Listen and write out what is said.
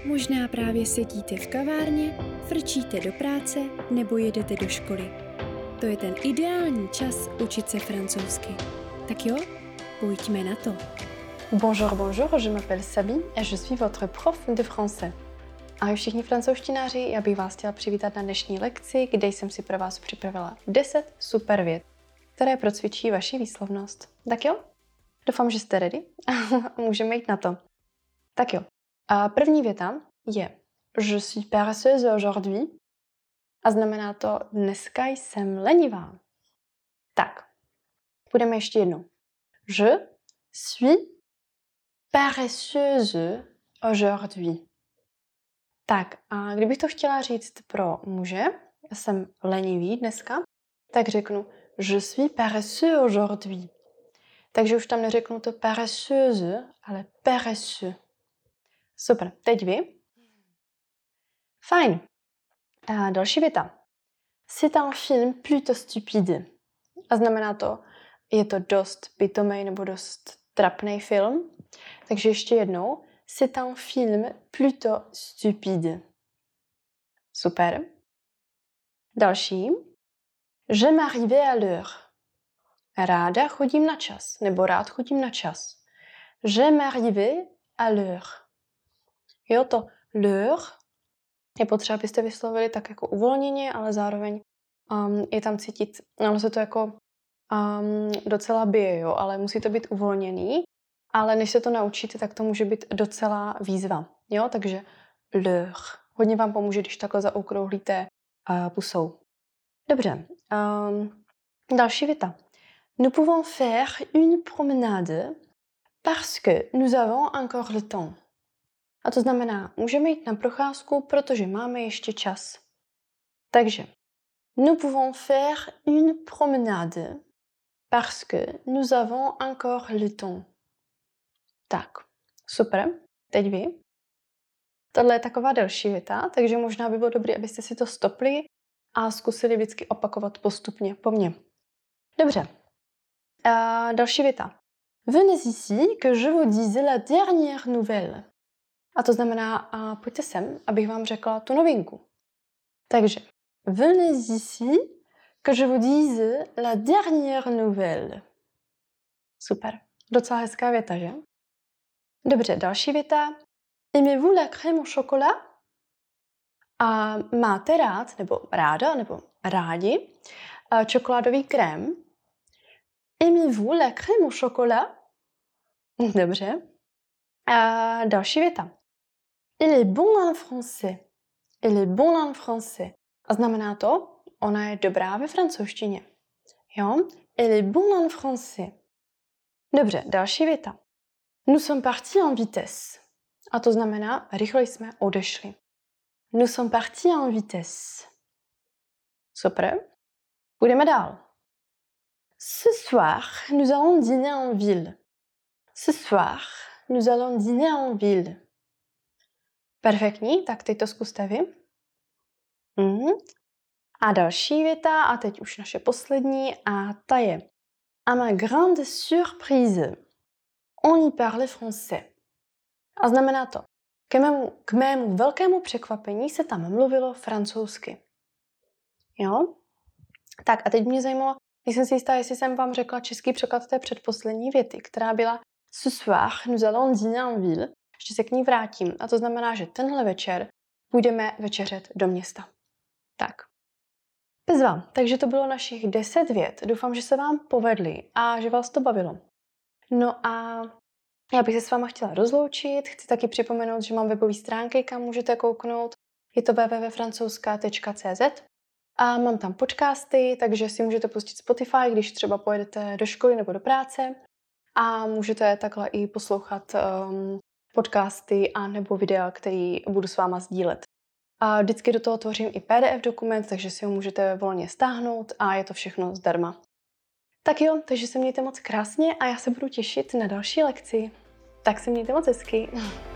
Možná právě sedíte v kavárně, frčíte do práce nebo jedete do školy. To je ten ideální čas učit se francouzsky. Tak jo, pojďme na to. Bonjour, bonjour, je m'appelle Sabine et je suis votre prof de français. Ahoj všichni francouzštináři, já bych vás chtěla přivítat na dnešní lekci, kde jsem si pro vás připravila 10 super vět, které procvičí vaši výslovnost. Tak jo? Doufám, že jste ready a můžeme jít na to. Tak jo. A první věta je Je suis paresseuse aujourd'hui a znamená to dneska jsem lenivá. Tak, půjdeme ještě jednou. Je suis paresseuse aujourd'hui. Tak a kdybych to chtěla říct pro muže, jsem lenivý dneska, tak řeknu Je suis paresseux aujourd'hui. Takže už tam neřeknu to paresseuse, ale paresseux. Super, teď vy. Fajn. A další věta. C'est un film plutôt stupide. A znamená to, je to dost pitomej nebo dost trapnej film. Takže ještě jednou. C'est un film plutôt stupide. Super. Další. Je m'arrivais à l'heure. Ráda chodím na čas, nebo rád chodím na čas. Je m'arrivais à l'heure. Jo, to l'heure je potřeba, abyste vyslovili tak jako uvolněně, ale zároveň je tam cítit, ono se to jako docela bije, jo, ale musí to být uvolněný. Ale než se to naučíte, tak to může být docela výzva. Jo, takže l'heure. Hodně vám pomůže, když takhle zaokrouhlíte pusou. Dobře. Další věta. Nous pouvons faire une promenade parce que nous avons encore le temps. A to znamená, můžeme jít na procházku, protože máme ještě čas. Takže, nous pouvons faire une promenade parce que nous avons encore le temps. Tak, super. Teď vy. Tohle je taková delší věta, takže možná by bylo dobré, abyste si to stopli a zkusili vždycky opakovat postupně po mně. Dobře. Další věta. Venez ici que je vous dise la dernière nouvelle. A to znamená, pojďte sem, abych vám řekla tu novinku. Takže, venez ici que je vous dise la dernière nouvelle. Super. Docela hezká věta, že? Dobře, další věta. Aimez-vous la crème au chocolat? A máte rád, nebo ráda, nebo rádi čokoládový krém? Aimez-vous la crème au chocolat? Dobře. A další věta. Il est bon en français. Il est bon en français. A znamená to, ona je dobrá ve francouzštině. Jo? Il est bon en français. Dobře, další věta. Nous sommes partis en vitesse. A to znamená, rychle jsme odešli. Nous sommes partis en vitesse. Super. Půjdeme dál. Ce soir, nous allons dîner en ville. Ce soir, nous allons dîner en ville. Perfektní, tak teď to zkuste vy. A další věta, a teď už naše poslední, a ta je à ma grande surprise, on y parle français. A znamená to, k mému velkému překvapení se tam mluvilo francouzsky. Jo? Tak a teď mě zajímalo, nejsem si jistá, jestli jsem vám řekla český překlad té předposlední věty, která byla Ce soir, nous allons dîner en ville. Ještě se k ní vrátím. A to znamená, že tenhle večer půjdeme večeřet do města. Tak. Bezva. Takže to bylo našich 10 vět. Doufám, že se vám povedly a že vás to bavilo. No a já bych se s váma chtěla rozloučit. Chci taky připomenout, že mám webové stránky, kam můžete kouknout. Je to www.francouzska.cz a mám tam podcasty, takže si můžete pustit Spotify, když třeba pojedete do školy nebo do práce. A můžete takhle i poslouchat podcasty a nebo videa, který budu s váma sdílet. A vždycky do toho tvořím i PDF dokument, takže si ho můžete volně stáhnout a je to všechno zdarma. Tak jo, takže se mějte moc krásně a já se budu těšit na další lekci. Tak se mějte moc hezky.